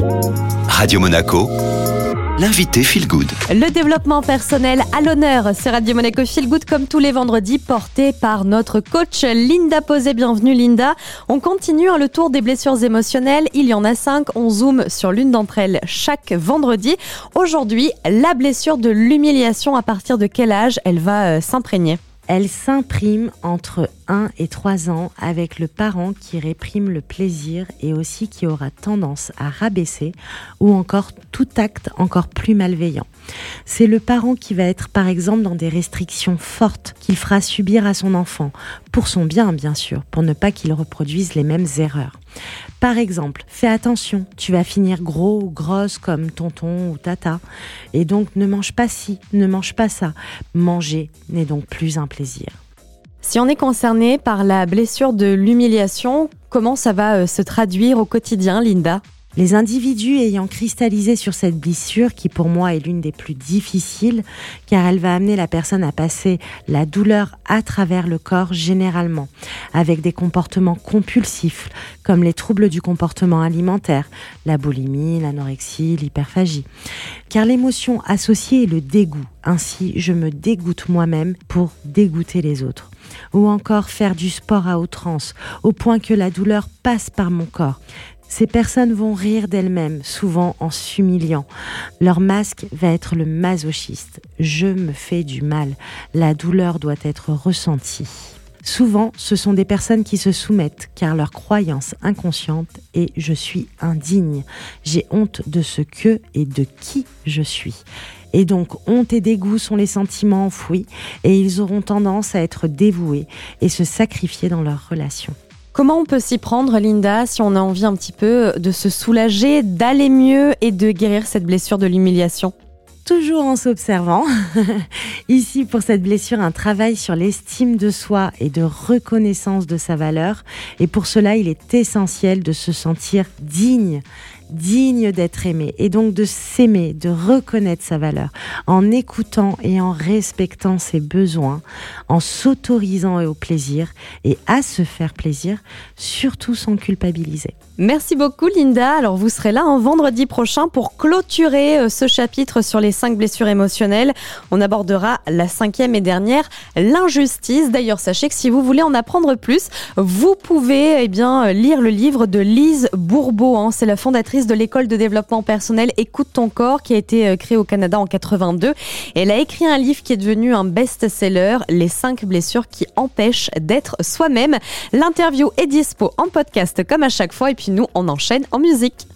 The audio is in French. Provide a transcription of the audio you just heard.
Radio Monaco, l'invité Feel Good. Le développement personnel à l'honneur sur Radio Monaco Feel Good comme tous les vendredis, porté par notre coach Linda Posé. Bienvenue Linda. On continue le tour des blessures émotionnelles. Il y en a 5. On zoome sur l'une d'entre elles chaque vendredi. Aujourd'hui, la blessure de l'humiliation. À partir de quel âge elle va s'imprégner ? Elle s'imprime entre 1 et 3 ans avec le parent qui réprime le plaisir et aussi qui aura tendance à rabaisser ou encore tout acte encore plus malveillant. C'est le parent qui va être par exemple dans des restrictions fortes qu'il fera subir à son enfant, pour son bien bien sûr, pour ne pas qu'il reproduise les mêmes erreurs. Par exemple, fais attention, tu vas finir gros ou grosse comme tonton ou tata, et donc ne mange pas ci, ne mange pas ça. Manger n'est donc plus un plaisir. Si on est concerné par la blessure de l'humiliation, comment ça va se traduire au quotidien, Linda ? Les individus ayant cristallisé sur cette blessure, qui pour moi est l'une des plus difficiles, car elle va amener la personne à passer la douleur à travers le corps généralement, avec des comportements compulsifs, comme les troubles du comportement alimentaire, la boulimie, l'anorexie, l'hyperphagie. Car l'émotion associée est le dégoût. Ainsi, je me dégoûte moi-même pour dégoûter les autres. Ou encore faire du sport à outrance, au point que la douleur passe par mon corps. Ces personnes vont rire d'elles-mêmes, souvent en s'humiliant. Leur masque va être le masochiste. Je me fais du mal. La douleur doit être ressentie. Souvent, ce sont des personnes qui se soumettent, car leur croyance inconsciente est « je suis indigne ». J'ai honte de ce que et de qui je suis. Et donc, honte et dégoût sont les sentiments enfouis et ils auront tendance à être dévoués et se sacrifier dans leurs relations. Comment on peut s'y prendre, Linda, si on a envie un petit peu de se soulager, d'aller mieux et de guérir cette blessure de l'humiliation ? Toujours en s'observant. Ici, pour cette blessure, un travail sur l'estime de soi et de reconnaissance de sa valeur. Et pour cela, il est essentiel de se sentir digne d'être aimé et donc de s'aimer, de reconnaître sa valeur en écoutant et en respectant ses besoins, en s'autorisant au plaisir et à se faire plaisir, surtout sans culpabiliser. Merci beaucoup Linda. Alors vous serez là vendredi prochain pour clôturer ce chapitre sur les 5 blessures émotionnelles. On abordera la 5e et dernière, l'injustice. D'ailleurs, sachez que si vous voulez en apprendre plus, vous pouvez lire le livre de Lise Bourbeau. C'est la fondatrice de l'école de développement personnel Écoute ton corps qui a été créée au Canada en 82. Elle a écrit un livre qui est devenu un best-seller, Les 5 blessures qui empêchent d'être soi-même. L'interview est dispo en podcast comme à chaque fois et puis nous on enchaîne en musique.